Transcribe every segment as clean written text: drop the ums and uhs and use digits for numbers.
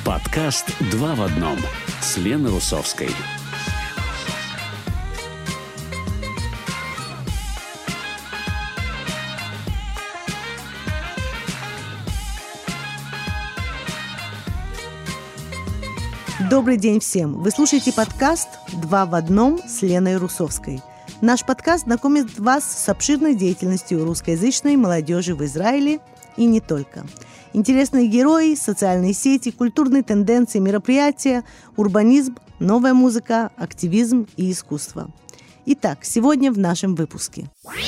Подкаст «Два в одном» с Леной Русовской. Добрый день всем! Вы слушаете подкаст «Два в одном» с Леной Русовской. Наш подкаст знакомит вас с обширной деятельностью русскоязычной молодежи в Израиле и не только. Интересные герои, социальные сети, культурные тенденции, мероприятия, урбанизм, новая музыка, активизм и искусство. Итак, сегодня в нашем выпуске.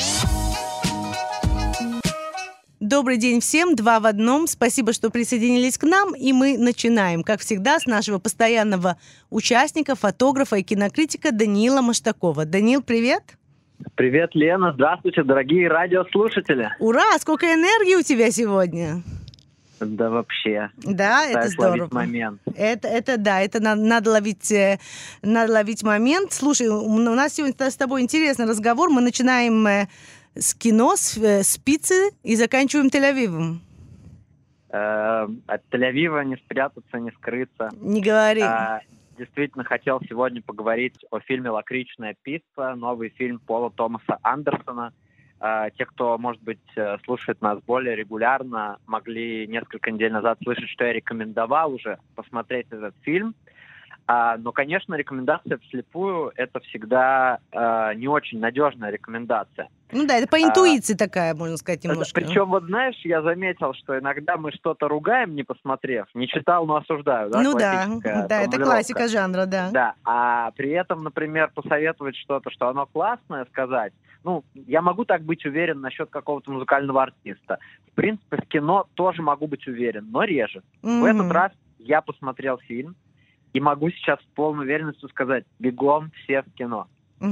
Добрый день всем, два в одном. Спасибо, что присоединились к нам. И мы начинаем, как всегда, с нашего постоянного участника, фотографа и кинокритика Даниила Маштакова. Даниил, привет! Привет, Лена. Здравствуйте, дорогие радиослушатели. Ура! Сколько энергии у тебя сегодня! Да вообще. Да, это здорово. Момент. Это надо ловить момент. Слушай, у нас сегодня с тобой интересный разговор. Мы начинаем с кино, с Пиццы и заканчиваем Тель-Авивом. От Тель-Авива не спрятаться, не скрыться. Не говори. Действительно хотел сегодня поговорить о фильме «Лакричная пицца», новый фильм Пола Томаса Андерсона. Те, кто, может быть, слушает нас более регулярно, могли несколько недель назад слышать, что я рекомендовал уже посмотреть этот фильм. Но, конечно, рекомендация вслепую – это всегда не очень надежная рекомендация. Ну да, это по интуиции такая, можно сказать, немножко. Причем, вот знаешь, я заметил, что иногда мы что-то ругаем, не посмотрев. Не читал, но осуждаю. Да? Ну да, это классика жанра, да. Да, а при этом, например, посоветовать что-то, что оно классное, сказать. Ну, я могу так быть уверен насчет какого-то музыкального артиста. В принципе, в кино тоже могу быть уверен, но реже. В этот раз я посмотрел фильм и могу сейчас с полной уверенностью сказать: бегом все в кино.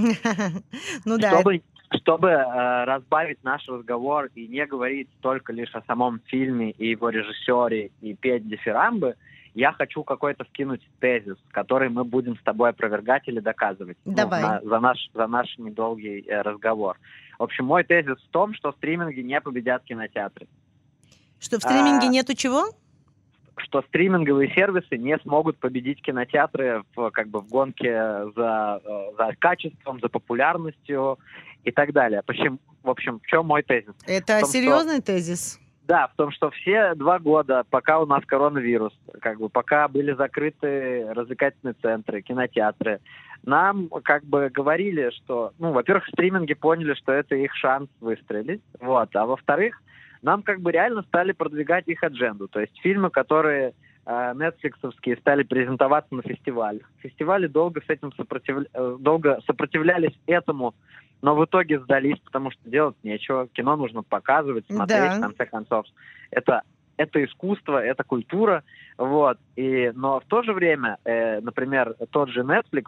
Ну да. Чтобы разбавить наш разговор и не говорить только лишь о самом фильме и его режиссере и петь дифирамбы, я хочу какой-то вкинуть тезис, который мы будем с тобой опровергать или доказывать. Давай. За наш недолгий разговор. В общем, мой тезис в том, что стриминги не победят кинотеатры. Что в стриминге нету чего? Что стриминговые сервисы не смогут победить кинотеатры в гонке за качеством, за популярностью и так далее. В общем, в чем мой тезис? Это серьезный тезис? Да, в том, что все 2 года, пока у нас коронавирус, пока были закрыты развлекательные центры, кинотеатры, нам говорили, что, во-первых, стриминги поняли, что это их шанс выстрелить, а во-вторых, нам реально стали продвигать их адженду. То есть фильмы, которые нетфликсовские, стали презентоваться на фестивалях. Фестивали долго сопротивлялись этому, но в итоге сдались, потому что делать нечего. Кино нужно показывать, смотреть, в конце концов. Это искусство, это культура. Но в то же время, например, тот же Netflix,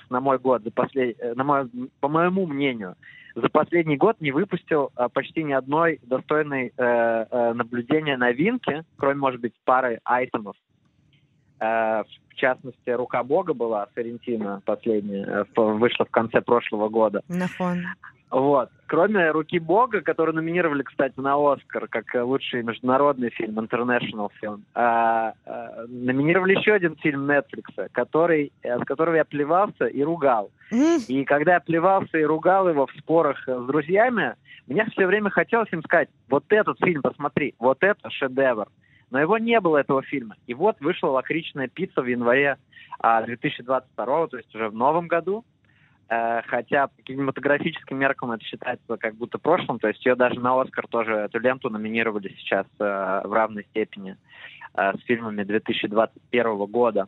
по моему мнению, за последний год не выпустил почти ни одной достойной наблюдения новинки, кроме, может быть, пары айтемов. В частности, «Рука Бога» была, Соррентино, последняя, вышла в конце прошлого года. Кроме «Руки Бога», который номинировали, кстати, на «Оскар» как лучший международный фильм, international фильм, номинировали еще один фильм Netflix, от которого я плевался и ругал. И когда я плевался и ругал его в спорах с друзьями, мне все время хотелось им сказать: вот этот фильм посмотри, вот это шедевр. Но его не было, этого фильма. И вот вышла «Лакричная пицца» в январе 2022, то есть уже в новом году. Хотя по кинематографическим меркам это считается как будто прошлым. То есть ее даже на «Оскар» тоже, эту ленту, номинировали сейчас в равной степени с фильмами 2021 года.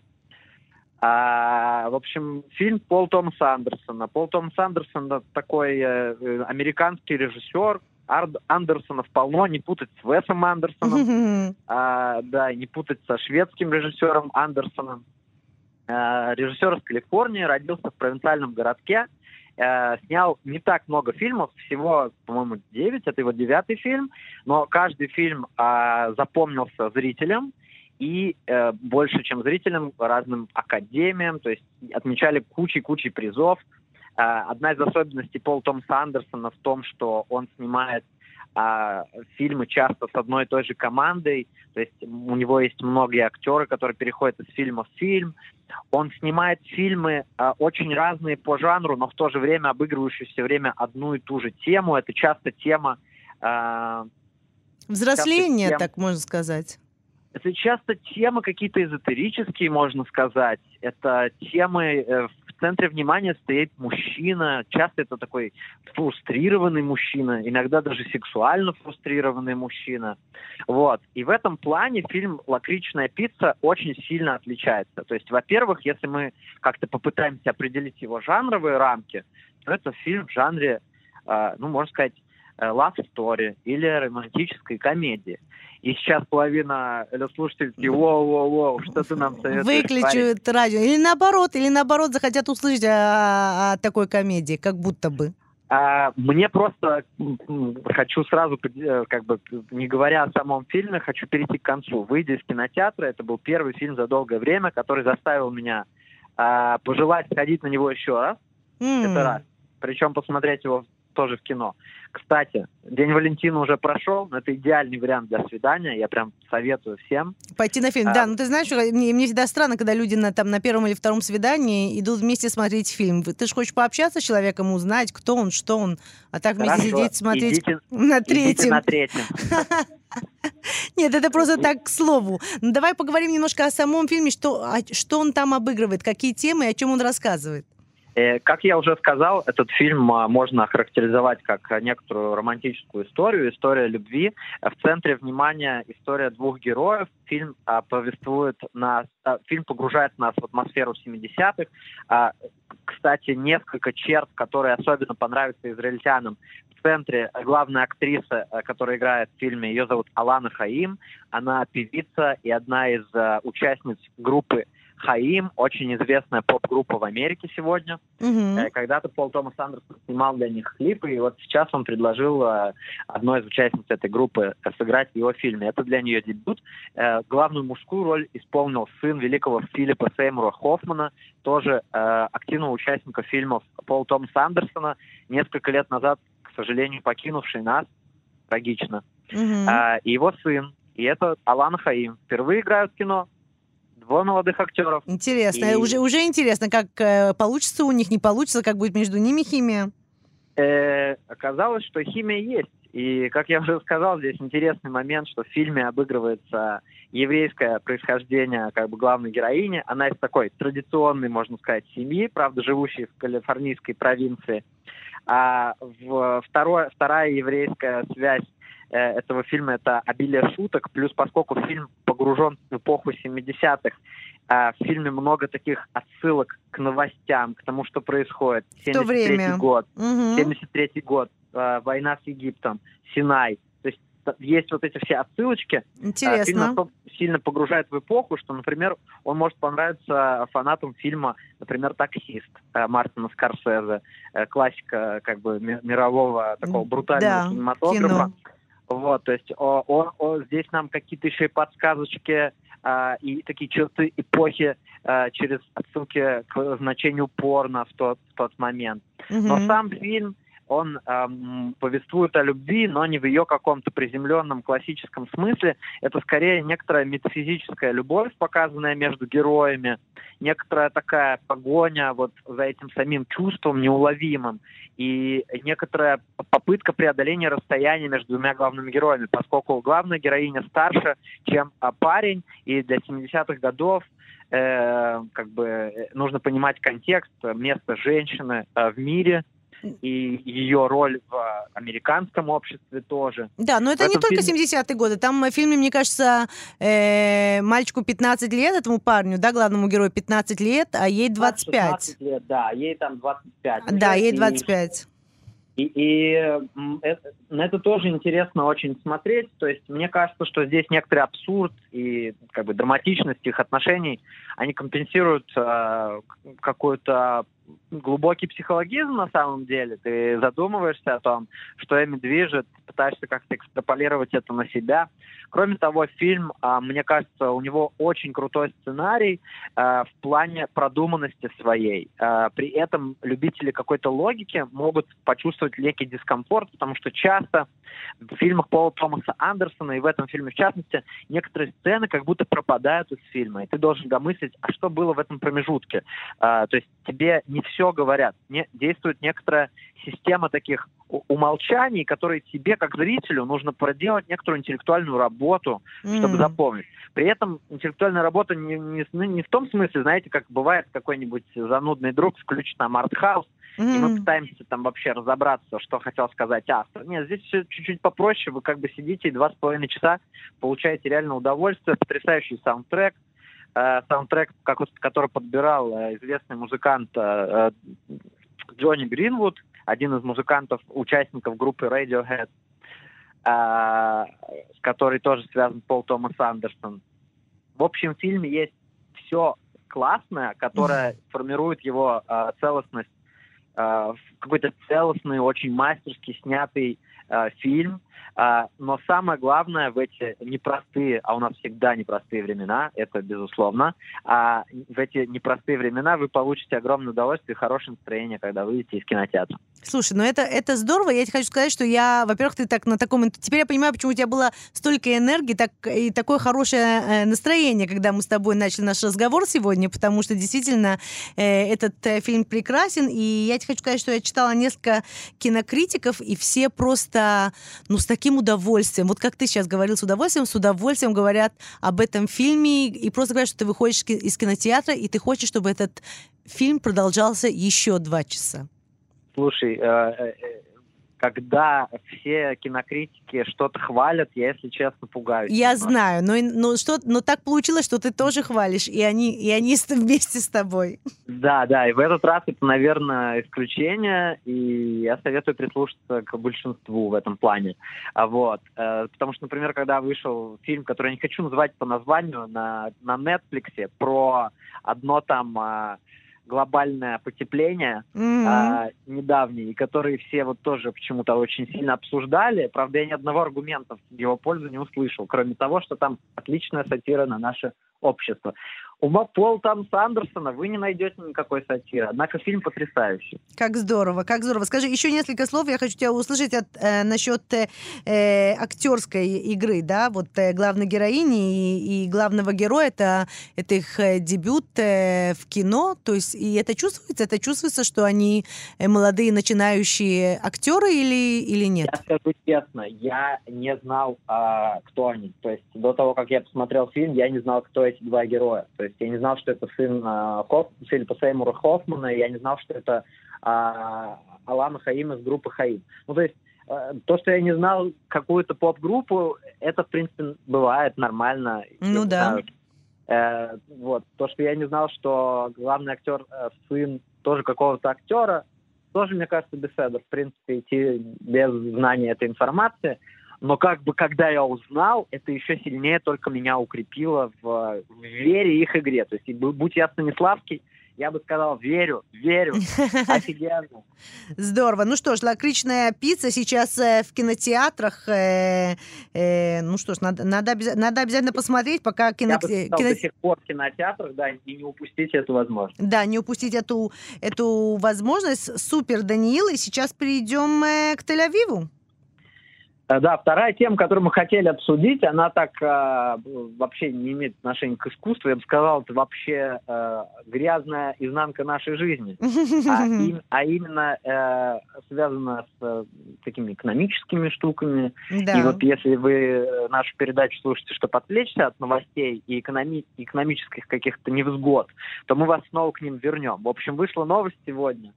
В общем, фильм Пола Томаса Андерсона. Пол Томас Андерсон — такой американский режиссер. Андерсонов полно, не путать с Уэсом Андерсоном, не путать со шведским режиссером Андерсоном. Режиссер из Калифорнии, родился в провинциальном городке, снял не так много фильмов, всего, по-моему, 9, это его 9-й фильм, но каждый фильм запомнился зрителям и больше, чем зрителям, разным академиям, то есть отмечали кучей призов. Одна из особенностей Пола Томаса Андерсона в том, что он снимает фильмы часто с одной и той же командой, то есть у него есть многие актеры, которые переходят из фильма в фильм. Он снимает фильмы очень разные по жанру, но в то же время обыгрывающие все время одну и ту же тему. Это часто тема... Взросление, так можно сказать. Это часто темы какие-то эзотерические, можно сказать. Это темы, в центре внимания стоит мужчина. Часто это такой фрустрированный мужчина, иногда даже сексуально фрустрированный мужчина. Вот. И в этом плане фильм «Лакричная пицца» очень сильно отличается. То есть, во-первых, если мы как-то попытаемся определить его жанровые рамки, то это фильм в жанре, можно сказать, love story или романтической комедии. И сейчас половина слушателей воу, что ты нам советуешь? Выключат радио. Или наоборот захотят услышать о такой комедии, как будто бы. Мне просто хочу сразу, не говоря о самом фильме, хочу перейти к концу. Выйдя из кинотеатра, это был первый фильм за долгое время, который заставил меня пожелать сходить на него еще раз. Это раз. Причем посмотреть его тоже в кино. Кстати, День Валентина уже прошел, но это идеальный вариант для свидания. Я прям советую всем. Пойти на фильм. Да, ты знаешь, мне всегда странно, когда люди на первом или втором свидании идут вместе смотреть фильм. Ты же хочешь пообщаться с человеком, узнать, кто он, что он, а так вместе сидеть смотреть на третьем. Идите на третьем. Нет, это просто так к слову. Ну, давай поговорим немножко о самом фильме, что он там обыгрывает, какие темы и о чем он рассказывает. Как я уже сказал, этот фильм можно охарактеризовать как некоторую романтическую историю, история любви. В центре внимания история двух героев. Фильм фильм погружает нас в атмосферу 70-х. Кстати, несколько черт, которые особенно понравятся израильтянам. В центре главная актриса, которая играет в фильме, ее зовут Алана Хаим. Она певица и одна из участниц группы Хаим, очень известная поп-группа в Америке сегодня. Когда-то Пол Томас Андерсон снимал для них клипы, и вот сейчас он предложил одной из участниц этой группы сыграть в его фильме. Это для нее дебют. Главную мужскую роль исполнил сын великого Филиппа Сеймура Хоффмана, тоже активного участника фильмов Пола Томаса Андерсона, несколько лет назад, к сожалению, покинувший нас, трагично. И его сын, и это Алана Хаим, впервые играют в кино. Двое молодых актеров. Интересно. Уже интересно, как получится у них, не получится, как будет между ними химия. Оказалось, что химия есть. И, как я уже сказал, здесь интересный момент, что в фильме обыгрывается еврейское происхождение главной героини. Она из такой традиционной, можно сказать, семьи, правда, живущей в калифорнийской провинции. А вторая еврейская связь этого фильма — это обилие шуток, плюс поскольку фильм погружен в эпоху 70-х, в фильме много таких отсылок к новостям, к тому, что происходит. 73-й год, 73-й год, война с Египтом, Синай. То есть есть вот эти все отсылочки. Интересно. Фильм настолько сильно погружает в эпоху, что, например, он может понравиться фанатам фильма, например, «Таксист» Мартина Скорсезе, классика мирового такого брутального кинематографа. Кино. Вот, то есть здесь нам какие-то еще и подсказочки и такие черты эпохи через отсылки к значению порно в тот момент. Но сам фильм, он повествует о любви, но не в ее каком-то приземленном классическом смысле. Это скорее некоторая метафизическая любовь, показанная между героями, некоторая такая погоня вот за этим самим чувством неуловимым и некоторая попытка преодоления расстояния между двумя главными героями, поскольку главная героиня старше, чем парень, и для 70-х годов нужно понимать контекст, место женщины в мире, и ее роль в американском обществе тоже. Да, но это не только 70-е годы. Там в фильме, мне кажется, мальчику 15 лет, этому парню, да, главному герою 15 лет, а ей 25. 16 лет, да, ей там 25. Да, ей 25. И на это тоже интересно очень смотреть. То есть мне кажется, что здесь некоторый абсурд и драматичность их отношений, они компенсируют какую-то глубокий психологизм на самом деле. Ты задумываешься о том, что ими движет, пытаешься как-то экстраполировать это на себя. Кроме того, фильм, мне кажется, у него очень крутой сценарий в плане продуманности своей. При этом любители какой-то логики могут почувствовать некий дискомфорт, потому что часто в фильмах Пола Томаса Андерсона, и в этом фильме в частности, некоторые сцены как будто пропадают из фильма, и ты должен домыслить, а что было в этом промежутке. То есть тебе не все говорят. Действует некоторая система таких умолчаний, которые тебе, как зрителю, нужно проделать некоторую интеллектуальную работу, чтобы запомнить. При этом интеллектуальная работа не в том смысле, знаете, как бывает какой-нибудь занудный друг включит нам артхаус, и мы пытаемся там вообще разобраться, что хотел сказать автор. Нет, здесь все чуть-чуть попроще. Вы как бы сидите и 2,5 часа получаете реально удовольствие, потрясающий саундтрек, который подбирал известный музыкант Джонни Гринвуд, один из музыкантов, участников группы Radiohead, с которой тоже связан Пол Томас Андерсон. В общем, в фильме есть все классное, которое формирует его целостность, какой-то целостный, очень мастерски снятый фильм. Но самое главное в эти непростые, а у нас всегда непростые времена, это безусловно, в эти непростые времена вы получите огромное удовольствие и хорошее настроение, когда выйдете из кинотеатра. Слушай, ну это здорово. Я тебе хочу сказать, что во-первых, ты так на таком... Теперь я понимаю, почему у тебя было столько энергии и такое хорошее настроение, когда мы с тобой начали наш разговор сегодня, потому что действительно этот фильм прекрасен. И я тебе хочу сказать, что я читала несколько кинокритиков, и все просто, с таким удовольствием, вот как ты сейчас говорил, с удовольствием говорят об этом фильме, и просто говорят, что ты выходишь из кинотеатра, и ты хочешь, чтобы этот фильм продолжался еще 2 часа. Слушай, когда все кинокритики что-то хвалят, я, если честно, пугаюсь. Я знаю, но так получилось, что ты тоже хвалишь, и они вместе с тобой. Да, и в этот раз это, наверное, исключение, и я советую прислушаться к большинству в этом плане. Потому что, например, когда вышел фильм, который я не хочу называть по названию, на Netflix, про одно там... глобальное потепление недавнее, и которые все вот тоже почему-то очень сильно обсуждали. Правда, я ни одного аргумента в его пользу не услышал, кроме того, что там отличная сатира на наше общество. У Пола Томаса Андерсона вы не найдете никакой сатиры, однако фильм потрясающий. Как здорово, как здорово. Скажи еще несколько слов, я хочу тебя услышать насчет актерской игры, да, вот главной героини и главного героя, это их дебют в кино, то есть и это чувствуется, что они молодые начинающие актеры или нет? Я скажу честно, я не знал, кто они, то есть до того, как я посмотрел фильм, я не знал, кто эти два героя. То есть я не знал, что это сын Филиппа Сеймура Хоффмана, и я не знал, что это Алана Хаим из группы Хаим. То есть то, что я не знал какую-то поп-группу, это, в принципе, бывает нормально. Да. То, что я не знал, что главный актер сын тоже какого-то актера, тоже, мне кажется, беседа, в принципе, идти без знания этой информации. Но когда я узнал, это еще сильнее только меня укрепило в вере их игре. То есть, будь я Станиславский, я бы сказал, верю, офигенно. Здорово. Ну что ж, «Лакричная пицца» сейчас в кинотеатрах. Ну что ж, надо обязательно посмотреть, пока Я бы сказал, до сих пор в кинотеатрах, да, и не упустить эту возможность. Да, не упустить эту возможность. Супер, Даниил. И сейчас перейдем к Тель-Авиву. Да, вторая тема, которую мы хотели обсудить, она так вообще не имеет отношения к искусству. Я бы сказал, это вообще грязная изнанка нашей жизни. А именно связана с такими экономическими штуками. Да. И вот если вы нашу передачу слушаете, чтобы отвлечься от новостей и экономических каких-то невзгод, то мы вас снова к ним вернем. В общем, вышла новость сегодня,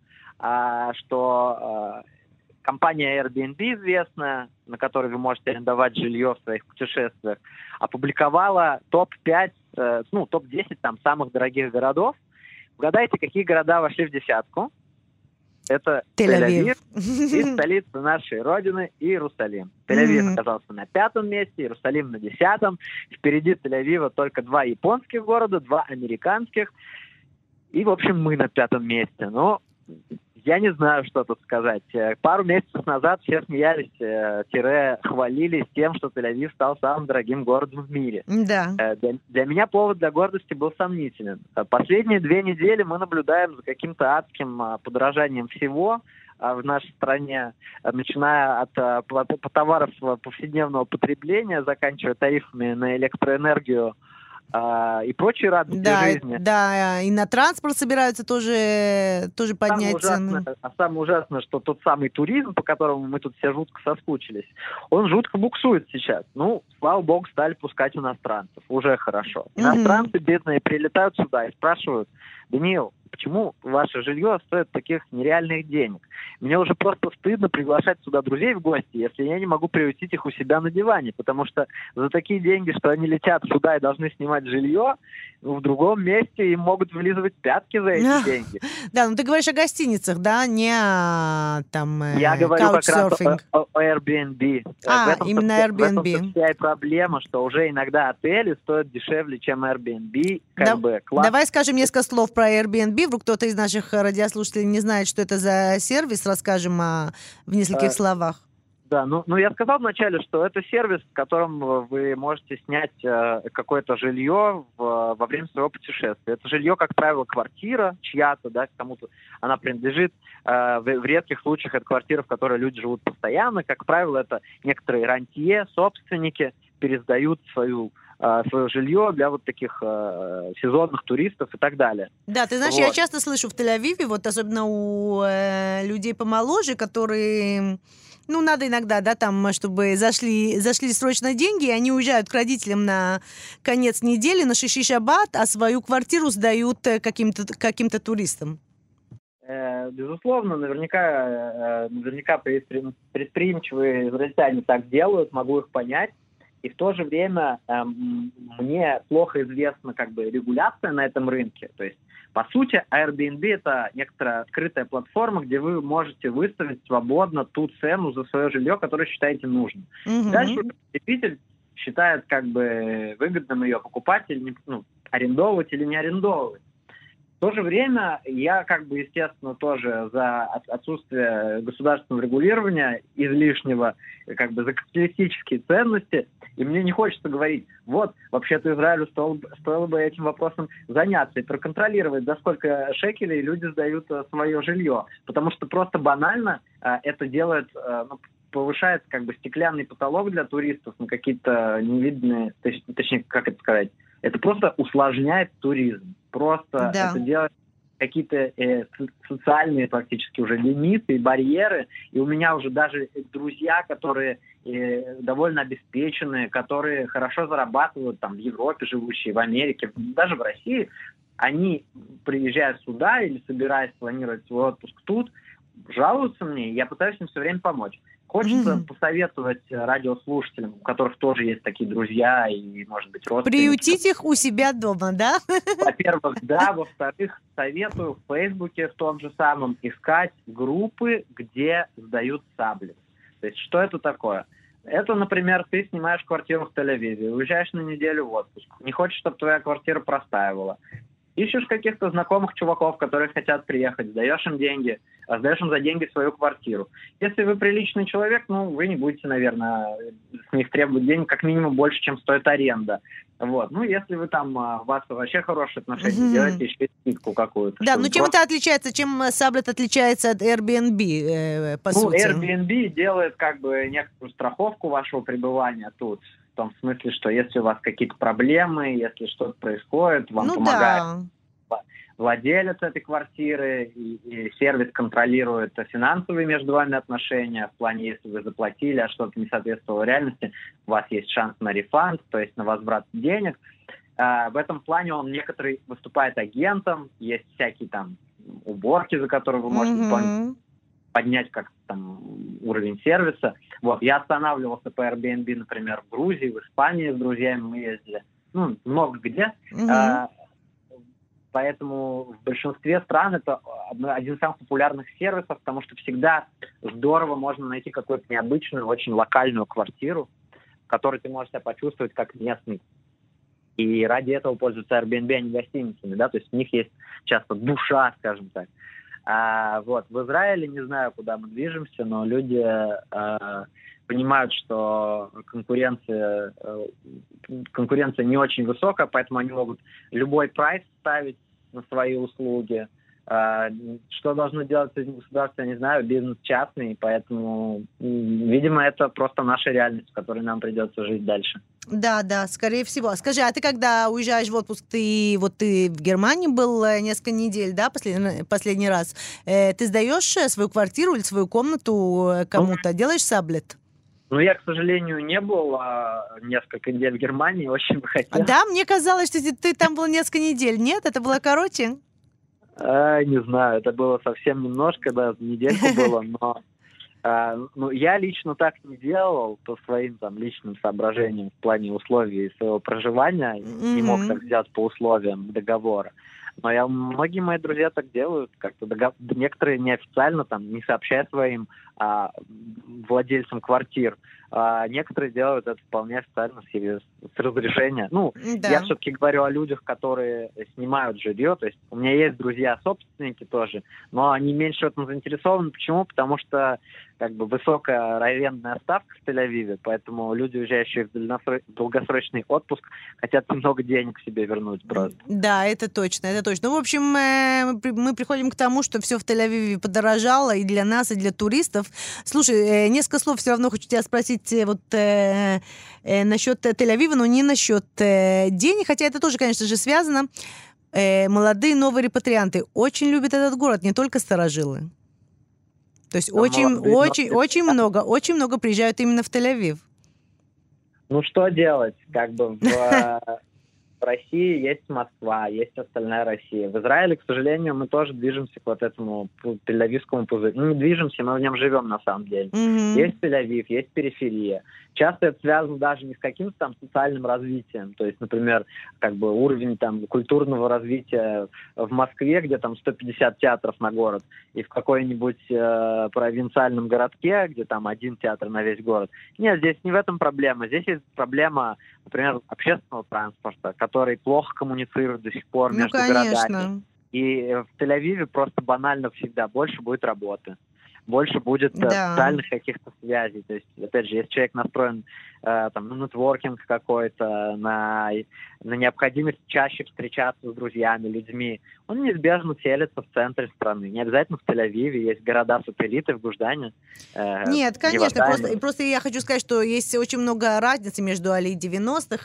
что... компания Airbnb известная, на которой вы можете арендовать жилье в своих путешествиях, опубликовала топ-5, топ-10 там самых дорогих городов. Угадайте, какие города вошли в десятку? Это Тель-Авив и столица нашей родины Иерусалим. Тель-Авив оказался на 5-м месте, Иерусалим на 10-м. Впереди Тель-Авива только 2 японских города, 2 американских. И, в общем, мы на 5-м месте. Но я не знаю, что тут сказать. Пару месяцев назад все смеялись, хвалились тем, что Тель-Авив стал самым дорогим городом в мире. Да. Для меня повод для гордости был сомнителен. Последние 2 недели мы наблюдаем за каким-то адским подорожанием всего в нашей стране, начиная от товаров повседневного потребления, заканчивая тарифами на электроэнергию и прочие радости жизни. Да, и на транспорт собираются тоже поднять цены. Самое ужасное, что тот самый туризм, по которому мы тут все жутко соскучились, он жутко буксует сейчас. Ну, слава богу, стали пускать иностранцев. Уже хорошо. Иностранцы бедные прилетают сюда и спрашивают: Даниил, почему ваше жилье стоит таких нереальных денег? Мне уже просто стыдно приглашать сюда друзей в гости, если я не могу приютить их у себя на диване, потому что за такие деньги, что они летят сюда и должны снимать жилье, в другом месте им могут вылизывать пятки за эти деньги. Да, ну ты говоришь о гостиницах, да, не о Я говорю как раз о Airbnb. Именно Airbnb. В этом вся и проблема, что уже иногда отели стоят дешевле, чем Airbnb. Давай скажем несколько слов про Airbnb. Вдруг кто-то из наших радиослушателей не знает, что это за сервис. Расскажем в нескольких словах. Да, ну я сказал вначале, что это сервис, в котором вы можете снять какое-то жилье во время своего путешествия. Это жилье, как правило, квартира чья-то, да, кому-то она принадлежит. В редких случаях это квартира, в которой люди живут постоянно. Как правило, это некоторые рантье, собственники пересдают свое жилье для вот таких сезонных туристов и так далее. Да, ты знаешь, я часто слышу в Тель-Авиве, вот особенно у людей помоложе, которые... Ну, надо иногда, да, там, чтобы зашли срочно деньги, и они уезжают к родителям на конец недели, на шиши-шаббат, а свою квартиру сдают каким-то туристам. Безусловно, наверняка предприимчивые израильтяне так делают, могу их понять. И в то же время мне плохо известна как бы регуляция на этом рынке. То есть, по сути, Airbnb — это некоторая открытая платформа, где вы можете выставить свободно ту цену за свое жилье, которое считаете нужным. Дальше потребитель считает как бы выгодным ее покупать или арендовывать или не арендовывать. В то же время я, как бы, естественно, тоже за отсутствие государственного регулирования излишнего, как бы, за капиталистические ценности. И мне не хочется говорить: вот, вообще-то Израилю стоило бы этим вопросом заняться и проконтролировать, за сколько шекелей люди сдают свое жилье. Потому что просто банально это делает, повышает как бы стеклянный потолок для туристов на какие-то невиданные, точнее, как это сказать, это просто усложняет туризм. Просто это делает какие-то социальные практически уже лимиты и барьеры. И у меня уже даже друзья, которые довольно обеспеченные, которые хорошо зарабатывают там в Европе, живущие в Америке, даже в России, они, приезжая сюда или собираясь планировать свой отпуск тут, жалуются мне, и я пытаюсь им все время помочь. Хочется посоветовать радиослушателям, у которых тоже есть такие друзья и, может быть, родственники. Приютить их у себя дома, да? Во-первых, да. Во-вторых, советую в Фейсбуке в том же самом искать группы, где сдают сабли. То есть, что это такое? Это, например, ты снимаешь квартиру в Тель-Авиве, уезжаешь на неделю в отпуск, не хочешь, чтобы твоя квартира простаивала. Ищешь каких-то знакомых чуваков, которые хотят приехать, сдаешь им за деньги свою квартиру. Если вы приличный человек, вы не будете, наверное, с них требовать денег как минимум больше, чем стоит аренда. Вот. Если вы там, у вас вообще хорошие отношения, делайте еще и скидку какую-то. Да, чем это отличается, чем Sablet отличается от Airbnb, по сути? Airbnb делает как бы некоторую страховку вашего пребывания тут. В том смысле, что если у вас какие-то проблемы, если что-то происходит, вам помогает владелец этой квартиры, и сервис контролирует финансовые между вами отношения, в плане, если вы заплатили, а что-то не соответствовало реальности, у вас есть шанс на рефанд, то есть на возврат денег. В этом плане он некоторый выступает агентом, есть всякие там уборки, за которые вы можете поднять как-то там уровень сервиса. Вот, я останавливался по Airbnb, например, в Грузии, в Испании с друзьями мы ездили, много где. Поэтому в большинстве стран это один из самых популярных сервисов, потому что всегда здорово можно найти какую-то необычную, очень локальную квартиру, в которой ты можешь себя почувствовать как местный. И ради этого пользуются Airbnb, а не гостиницами, да, то есть у них есть часто душа, скажем так. Вот, в Израиле, не знаю, куда мы движемся, но люди понимают, что конкуренция не очень высокая, поэтому они могут любой прайс ставить на свои услуги. Что должно делать с этим государство, я не знаю, бизнес частный, поэтому, видимо, это просто наша реальность, в которой нам придется жить дальше. Да, скорее всего. Скажи, а ты когда уезжаешь в отпуск, ты в Германии был несколько недель, да, последний раз? Ты сдаешь свою квартиру или свою комнату кому-то? Делаешь саблет? Ну, я, к сожалению, не был несколько недель в Германии, очень бы хотел. Да, мне казалось, что ты там был несколько недель. Нет, это было короче? Не знаю, это было совсем немножко, да, недельку было, но я лично так не делал по своим там личным соображениям в плане условий своего проживания, не мог так сделать по условиям договора. Но многие мои друзья так делают, как-то некоторые неофициально, там, не сообщая своим владельцам квартир. Некоторые делают это вполне официально с разрешения. Ну, да. Я все-таки говорю о людях, которые снимают жилье. То есть у меня есть друзья-собственники тоже, но они меньше в этом заинтересованы. Почему? Потому что как бы высокая арендная ставка в Тель-Авиве, поэтому люди, уезжающие в долгосрочный отпуск, хотят много денег себе вернуть просто. Да, это точно. Ну, в общем, мы приходим к тому, что все в Тель-Авиве подорожало и для нас, и для туристов. Слушай, несколько слов все равно хочу тебя спросить насчет Тель-Авива, но не насчет денег, хотя это тоже, конечно же, связано. Молодые новые репатрианты очень любят этот город, не только старожилы. То есть очень много приезжают именно в Тель-Авив. Ну, что делать? Как бы в России есть Москва, есть остальная Россия. В Израиле, к сожалению, мы тоже движемся к вот этому тель-авивскому пузырю. Ну, не движемся, мы в нем живем на самом деле. Есть Тель-Авив, есть периферия. Часто это связано даже не с каким-то там социальным развитием. То есть, например, как бы уровень там культурного развития в Москве, где там 150 театров на город, и в какой-нибудь провинциальном городке, где там один театр на весь город. Нет, здесь не в этом проблема. Здесь есть проблема, например, общественного транспорта, который плохо коммуницирует до сих пор между городами. И в Тель-Авиве просто банально всегда больше будет работы. Больше будет социальных каких-то связей. То есть, опять же, если человек настроен на нетворкинг какой-то, на необходимость чаще встречаться с друзьями, людьми, он неизбежно селится в центре страны. Не обязательно в Тель-Авиве, есть города-сателлиты в Гуждане. Нет, конечно, просто я хочу сказать, что есть очень много разницы между аллеей 90-х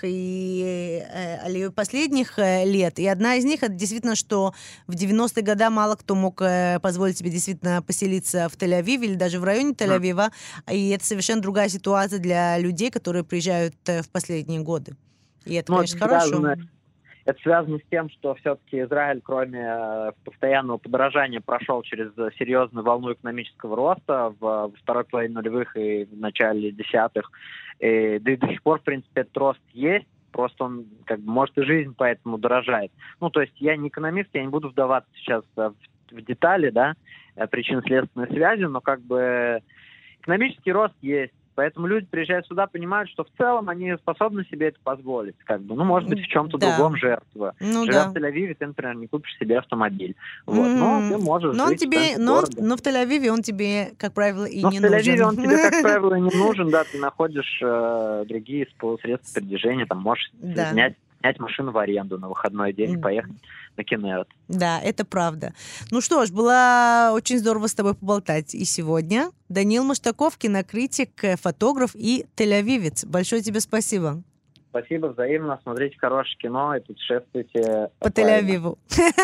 и аллеей последних лет. И одна из них, это действительно, что в 90-е годы мало кто мог позволить себе действительно поселиться в Тель-Авиве или даже в районе Тель-Авива. И это совершенно другая ситуация для людей, которые приезжают в последние годы. И это, конечно, хорошо. Это связано с тем, что все-таки Израиль, кроме постоянного подорожания, прошел через серьезную волну экономического роста в второй половине нулевых и в начале десятых. Да и до сих пор, в принципе, этот рост есть. Просто он, как бы, может, и жизнь поэтому дорожает. Ну, то есть я не экономист, я не буду вдаваться сейчас в детали, да, причинно-следственной связи, но как бы экономический рост есть. Поэтому люди, приезжая сюда, понимают, что в целом они способны себе это позволить. Как бы, может быть, в чем-то другом жертва. Живя в Тель-Авиве, ты, например, не купишь себе автомобиль. Вот. Но ты можешь жить но в Тель-Авиве он тебе, как правило, и не нужен. В Тель-Авиве он тебе, как правило, не нужен. Да, ты находишь другие средства передвижения. Там можешь снять машину в аренду на выходной день, поехать на Кенерет. Да, это правда. Ну что ж, было очень здорово с тобой поболтать и сегодня. Даниил Маштаков, кинокритик, фотограф и тель-авивец. Большое тебе спасибо. Спасибо, взаимно. Смотрите хорошее кино и путешествуйте по Тель-Авиву.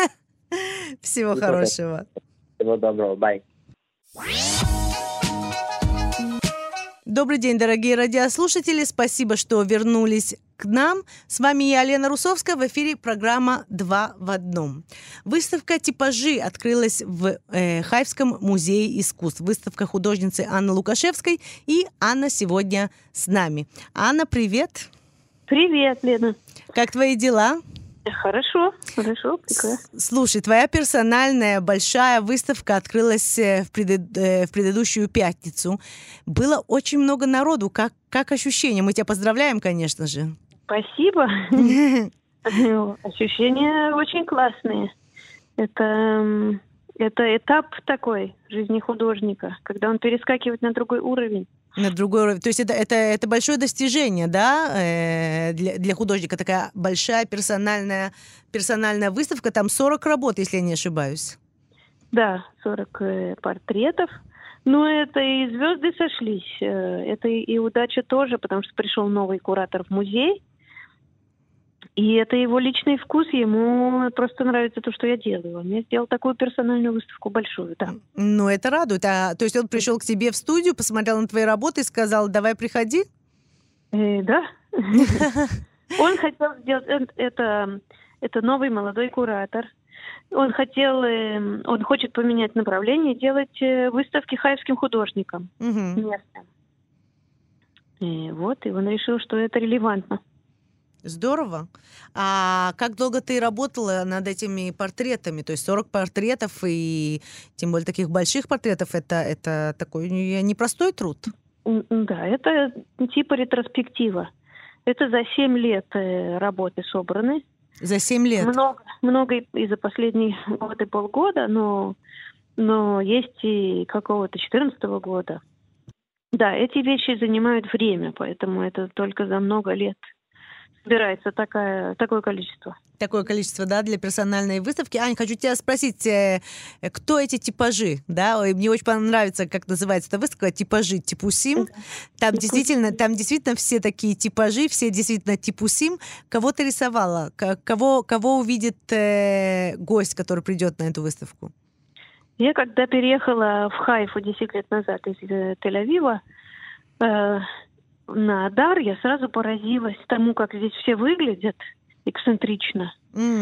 Всего хорошего. Всего доброго. Бай. Добрый день, дорогие радиослушатели. Спасибо, что вернулись к нам. С вами я, Лена Русовская. В эфире программа «Два в одном». Выставка «Типажи» открылась в Хайфском музее искусств. Выставка художницы Анны Лукашевской. И Анна сегодня с нами. Анна, привет. Привет, Лена. Как твои дела? Хорошо, прекрасно. Слушай, твоя персональная большая выставка открылась в предыдущую пятницу. Было очень много народу. Как ощущения? Мы тебя поздравляем, конечно же. Спасибо. Ощущения очень классные. Это этап такой жизни художника, когда он перескакивает на другой уровень. На другой уровень. То есть это большое достижение, да, для художника. Такая большая персональная выставка. Там 40 работ, если я не ошибаюсь. Да, 40 портретов. Но это и звезды сошлись. Это и удача тоже, потому что пришел новый куратор в музей. И это его личный вкус, ему просто нравится то, что я делаю. Он мне сделал такую персональную выставку большую, да. Ну, это радует. То есть он пришел к тебе в студию, посмотрел на твои работы и сказал, давай приходи? Да. Он хотел сделать... Это новый молодой куратор. Он хочет поменять направление, делать выставки хайфским художникам местным. И он решил, что это релевантно. Здорово. А как долго ты работала над этими портретами? То есть 40 портретов, и тем более таких больших портретов, это такой непростой труд? Да, это типа ретроспектива. Это за 7 лет работы собраны. За 7 лет? Много и за последний год и полгода, но есть и какого-то 2014 года. Да, эти вещи занимают время, поэтому это только за много лет собирается такое количество. Такое количество, да, для персональной выставки. Ань, хочу тебя спросить, кто эти типажи, да? Ой, мне очень понравится, как называется эта выставка, типажи, типусим. Там действительно все такие типажи, все действительно типусим. Кого ты рисовала? Кого увидит гость, который придет на эту выставку? Я когда переехала в Хайфу 10 лет назад из Тель-Авива, на Адар, я сразу поразилась тому, как здесь все выглядят эксцентрично.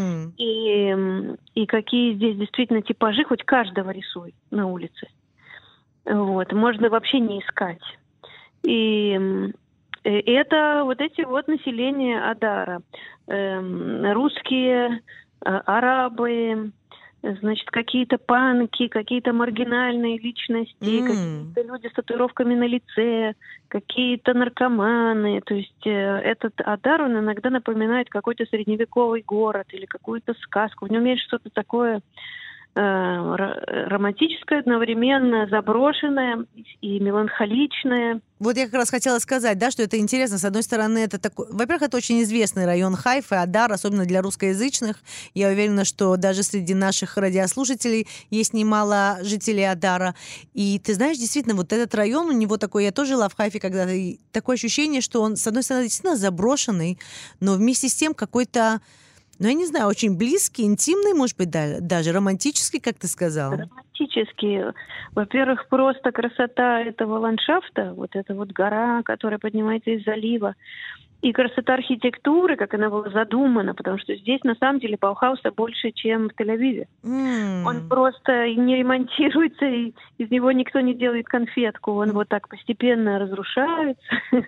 И какие здесь действительно типажи, хоть каждого рисуй на улице. Можно вообще не искать. И это эти население Адара. Русские, арабы, значит, какие-то панки, какие-то маргинальные личности, какие-то люди с татуировками на лице, какие-то наркоманы. То есть этот Адар, он иногда напоминает какой-то средневековый город или какую-то сказку. В нем есть что-то такое романтическое, одновременно заброшенное и меланхоличное. Вот я как раз хотела сказать, да, что это интересно. С одной стороны, это такой... Во-первых, это очень известный район Хайфы, Адар, особенно для русскоязычных. Я уверена, что даже среди наших радиослушателей есть немало жителей Адара. И ты знаешь, действительно, вот этот район, у него такой... Я тоже жила в Хайфе когда-то, и такое ощущение, что он, с одной стороны, действительно заброшенный, но вместе с тем какой-то... я не знаю, очень близкий, интимный, может быть, даже романтический, как ты сказала. Романтический. Во-первых, просто красота этого ландшафта, эта гора, которая поднимается из залива, и красота архитектуры, как она была задумана, потому что здесь, на самом деле, Баухауса больше, чем в Тель-Авиве. Он просто не ремонтируется, и из него никто не делает конфетку. Он так постепенно разрушается.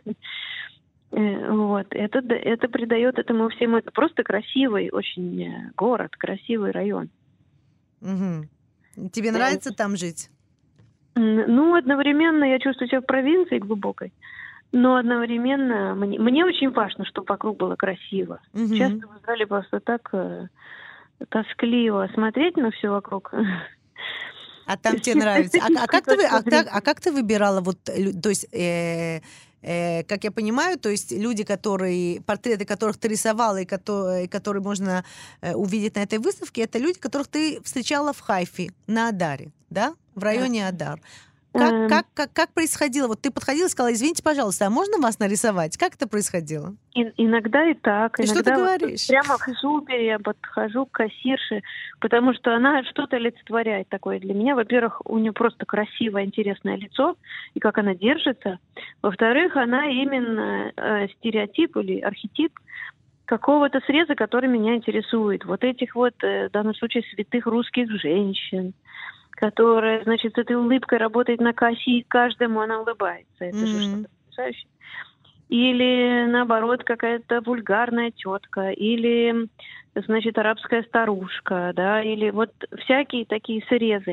Это придает этому всему. Это просто красивый очень город, красивый район. Тебе нравится там жить? Одновременно я чувствую себя в провинции глубокой, но одновременно мне очень важно, чтобы вокруг было красиво. Часто в Израиле просто так тоскливо смотреть на все вокруг. А там тебе нравится? А как ты выбирала? То есть... как я понимаю, то есть люди, портреты которых ты рисовала и которые можно увидеть на этой выставке, это люди, которых ты встречала в Хайфе, на Адаре, да? В районе Адар. Как происходило? Ты подходила и сказала, извините, пожалуйста, а можно вас нарисовать? Как это происходило? Иногда и так. И что ты говоришь? Прямо в Супе я подхожу к кассирше, потому что она что-то олицетворяет такое для меня. Во-первых, у нее просто красивое, интересное лицо, и как она держится. Во-вторых, она именно стереотип или архетип какого-то среза, который меня интересует. Этих в данном случае святых русских женщин, которая, значит, с этой улыбкой работает на кассе, и каждому она улыбается. Это же что-то потрясающее. Или, наоборот, какая-то вульгарная тетка, или, значит, арабская старушка, да, или всякие такие срезы.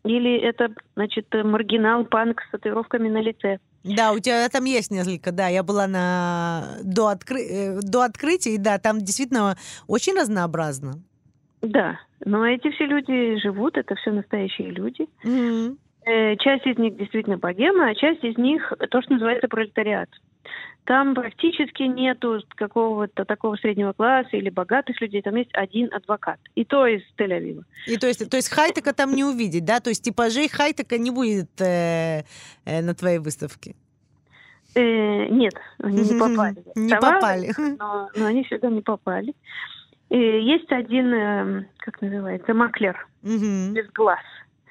или это, значит, маргинал-панк с татуировками на лице. Да, у тебя там есть несколько, да. Я была до открытия, и да, там действительно очень разнообразно. Да, но эти все люди живут, это все настоящие люди. Часть из них действительно богема, а часть из них то, что называется пролетариат. Там практически нету какого-то такого среднего класса или богатых людей. Там есть один адвокат. И то из Тель-Авива. И то есть хай-тека там не увидеть, да? То есть типажей хай-тека не будет на твоей выставке? Нет, они не попали. Не попали. Но они сюда не попали. Есть один, как называется, маклер. Без глаз.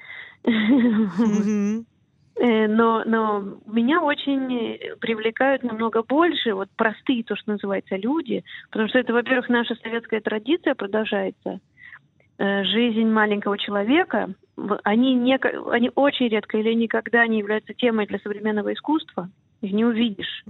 Но меня очень привлекают намного больше вот простые, то, что называется, люди, потому что это, во-первых, наша советская традиция продолжается. Жизнь маленького человека, они очень редко или никогда не являются темой для современного искусства. Их не увидишь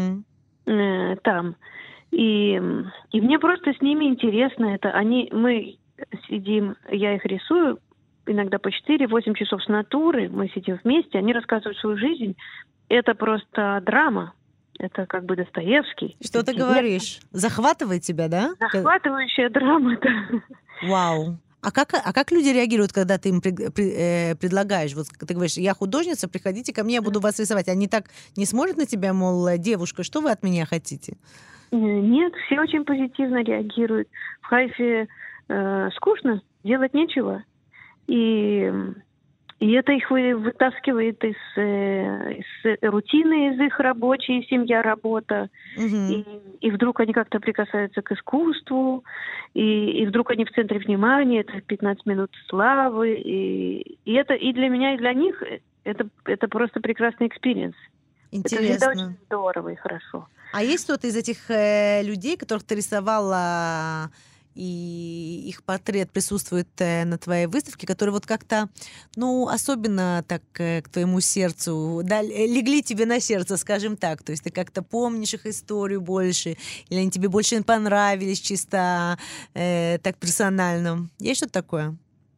там. И мне просто с ними интересно это. Мы сидим, я их рисую, иногда по 4-8 часов с натуры, мы сидим вместе, они рассказывают свою жизнь. Это просто драма. Это как бы Достоевский. Что ты говоришь? Захватывает тебя, да? Захватывающая драма, да. Вау. А как люди реагируют, когда ты им предлагаешь? Вот ты говоришь, я художница, приходите ко мне, я буду вас рисовать. Они так не смотрят на тебя, мол, девушка, что вы от меня хотите? Нет, все очень позитивно реагируют. В Хайфе скучно, делать нечего. И это их вытаскивает из рутины, из их рабочей, семья, работа. И вдруг они как-то прикасаются к искусству, и вдруг они в центре внимания, это 15 минут славы. И это и для меня, и для них это просто прекрасный экспириенс. Интересно. Это всегда очень здорово и хорошо. А есть кто-то из этих людей, которых ты рисовала, и их портрет присутствует на твоей выставке, которые вот как-то, особенно так к твоему сердцу, да, легли тебе на сердце, скажем так, то есть ты как-то помнишь их историю больше, или они тебе больше понравились чисто так персонально? Есть что-то такое?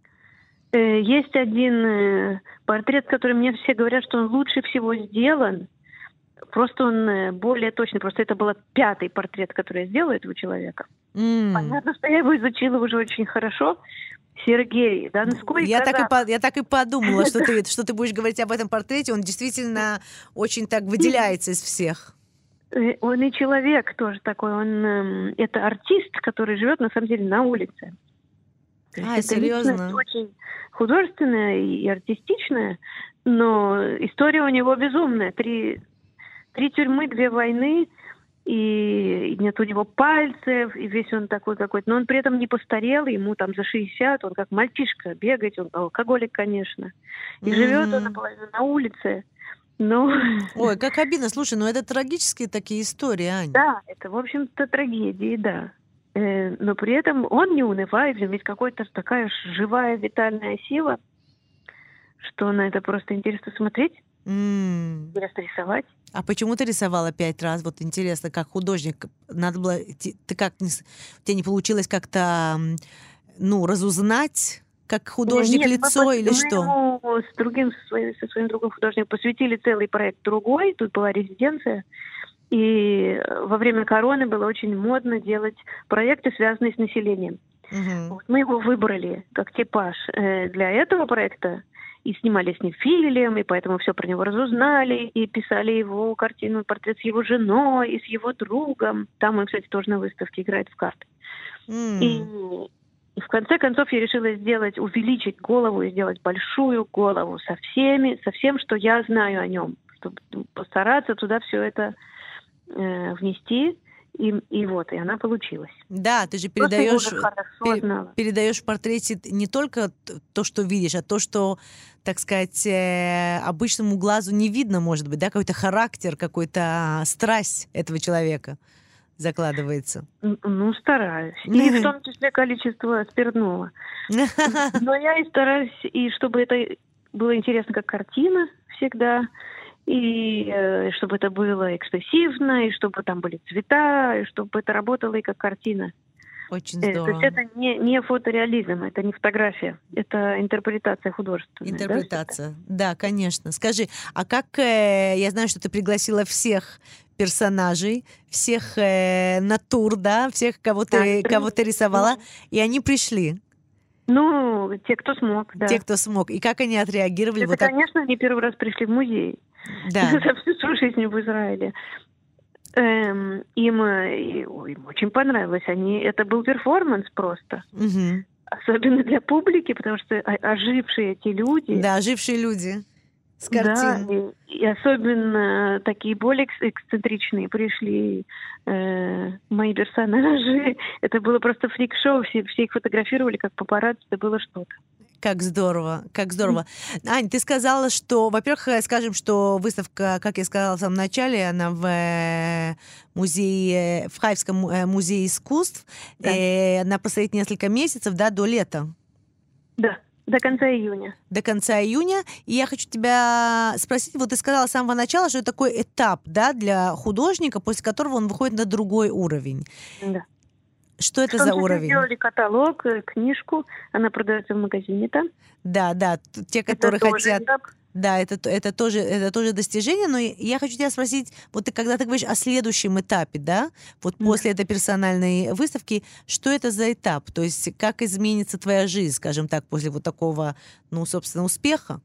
Есть один портрет, который мне все говорят, что он лучше всего сделан. Просто он более точный. Просто это был 5-й портрет, который я сделала этого человека. Понятно, что я его изучила уже очень хорошо. Сергей Донской. Я так и подумала, что ты будешь говорить об этом портрете. Он действительно очень так выделяется из всех. Он и человек тоже такой. Он это артист, который живет на самом деле на улице. Это серьезно? Очень художественная и артистичная, но история у него безумная. 3 тюрьмы, 2 войны, и нет у него пальцев, и весь он такой какой-то. Но он при этом не постарел, ему там за 60, он как мальчишка бегает, он алкоголик, конечно. И живет он наполовину на улице. Но... Ой, как обидно. Слушай, это трагические такие истории, Ань. Да, это, в общем-то, трагедии, да. Но при этом он не унывает, в нем есть какая-то такая живая, витальная сила, что на это просто интересно смотреть. Интересно рисовать. А почему ты рисовала 5 раз? Вот интересно, как художник. Надо было... у тебя не получилось как-то, разузнать, как художник, лицо или что? Мы со своим другом художником посвятили целый проект другой. Тут была резиденция. И во время короны было очень модно делать проекты, связанные с населением. Вот мы его выбрали как типаж для этого проекта. И снимали с ним фильм, и поэтому все про него разузнали, и писали его картину, портрет с его женой, и с его другом. Там он, кстати, тоже на выставке играет в карты. И в конце концов я решила увеличить голову и сделать большую голову со всем, что я знаю о нем, чтобы постараться туда все это внести. И она получилась. Да, ты же передаешь в портрете не только то, что видишь, а то, что, так сказать, обычному глазу не видно, может быть, да, какой-то характер, какой-то страсть этого человека закладывается. Стараюсь. И в том числе количество спиртного. Но я и стараюсь, и чтобы это было интересно как картина всегда, и чтобы это было экспрессивно, и чтобы там были цвета, и чтобы это работало и как картина. Очень То здорово. есть это не фотореализм, это не фотография, это интерпретация художественная. Интерпретация. Да, конечно. Скажи, а как, я знаю, что ты пригласила всех персонажей, всех натур, да, всех, кого ты рисовала, и они пришли, Ну, те, кто смог, да. те, кто смог. И как они отреагировали? Это, Вот так? конечно, они первый раз пришли в музей Да. за всю свою жизнь в Израиле. Им очень понравилось. Это был перформанс просто. Мгм. Особенно для публики, потому что ожившие эти люди. Да, ожившие люди с Да, картин. и особенно такие более эксцентричные пришли мои персонажи. Это было просто фрик-шоу. Все их фотографировали как папарацци. Это было что-то. Как здорово, как здорово. Ань, ты сказала, что, во-первых, скажем, что выставка, как я сказала в самом начале, она в музее, в Хайфском музее искусств. Да. Она простоит несколько месяцев, да, до лета. Да, до конца июня. До конца июня. И я хочу тебя спросить, вот ты сказала с самого начала, что это такой этап, да, для художника, после которого он выходит на другой уровень. Да. Что это за уровень? Сделали каталог, книжку, она продается в магазине там. Да, те, которые Это тоже хотят... этап. Да, это тоже достижение, но я хочу тебя спросить, вот когда ты говоришь о следующем этапе, да, вот после этой персональной выставки, что это за этап? То есть как изменится твоя жизнь, скажем так, после вот такого, ну, собственно, успеха?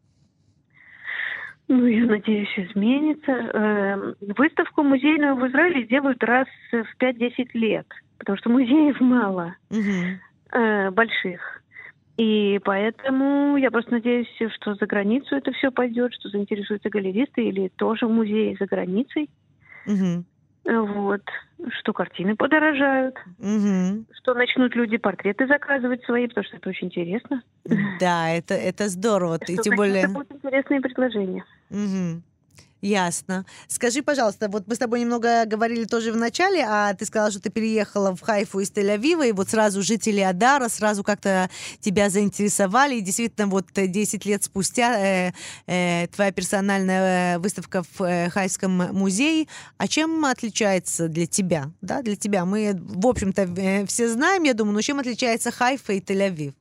Ну, я надеюсь, изменится. Выставку музейную в Израиле делают раз в 5-10 лет, потому что музеев мало, больших. И поэтому я просто надеюсь, что за границу это все пойдет, что заинтересуются галеристы или тоже музеи за границей. Вот. Что картины подорожают, что начнут люди портреты заказывать свои, потому что это очень интересно. Да, это здорово. Что тем более... будут интересные предложения. Ясно. Скажи, пожалуйста, вот мы с тобой немного говорили тоже в начале, а ты сказала, что ты переехала в Хайфу из Тель-Авива, и вот сразу жители Адара сразу как-то тебя заинтересовали, и действительно вот 10 лет спустя твоя персональная выставка в Хайфском музее. А чем отличается для тебя? Да, для тебя. Мы, в общем-то, все знаем, я думаю, но чем отличается Хайфа и Тель-Авив?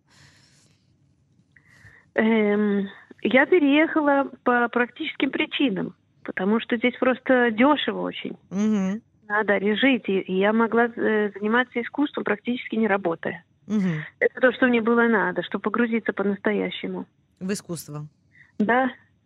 Я переехала по практическим причинам, потому что здесь просто дешево очень. На Адаре жить, и я могла заниматься искусством, практически не работая. Это то, что мне было надо, чтобы погрузиться по-настоящему. В искусство. Да.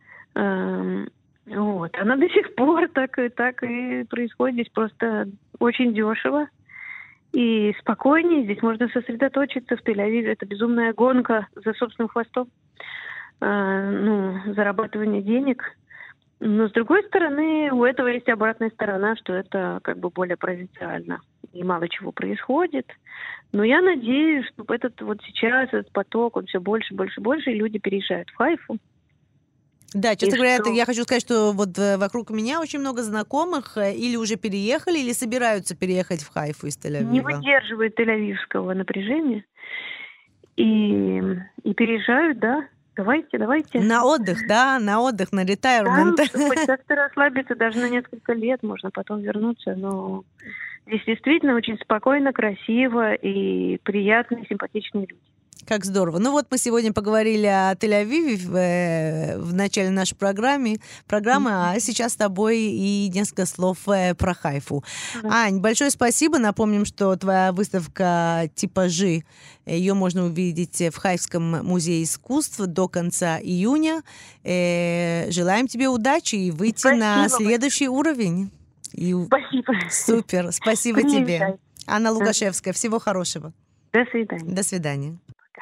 Вот. Она до сих пор так и происходит. Здесь просто очень дешево и спокойнее. Здесь можно сосредоточиться. В Тель-Авиве это безумная гонка за собственным хвостом. Зарабатывание денег. Но, с другой стороны, у этого есть обратная сторона, что это как бы более провинциально. И мало чего происходит. Но я надеюсь, что сейчас этот поток, он все больше, больше, больше, и люди переезжают в Хайфу. Да, честно говоря, я хочу сказать, что вот вокруг меня очень много знакомых или уже переехали, или собираются переехать в Хайфу из Тель-Авива. Не выдерживают тель-авивского напряжения. И переезжают, да. Давайте. На отдых, на ретайрмент. Да, чтобы хоть как-то расслабиться, даже на несколько лет, можно потом вернуться. Но здесь действительно очень спокойно, красиво и приятные, симпатичные люди. Как здорово. Ну вот мы сегодня поговорили о Тель-Авиве в начале нашей программы, а сейчас с тобой и несколько слов про Хайфу. Ань, большое спасибо. Напомним, что твоя выставка «Типажи», ее можно увидеть в Хайфском музее искусств до конца июня. Желаем тебе удачи и выйти на следующий уровень. Спасибо. Супер. Спасибо тебе. Анна Лукашевская. Всего хорошего. До свидания. До свидания.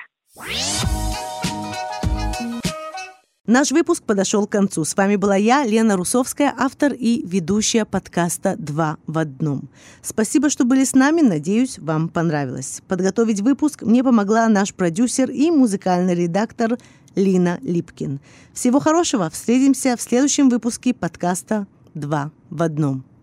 Наш выпуск подошел к концу. С вами была я, Лена Русовская, автор и ведущая подкаста «Два в одном». Спасибо, что были с нами. Надеюсь, вам понравилось. Подготовить выпуск мне помогла наш продюсер и музыкальный редактор Лина Липкин. Всего хорошего. Встретимся в следующем выпуске подкаста «Два в одном».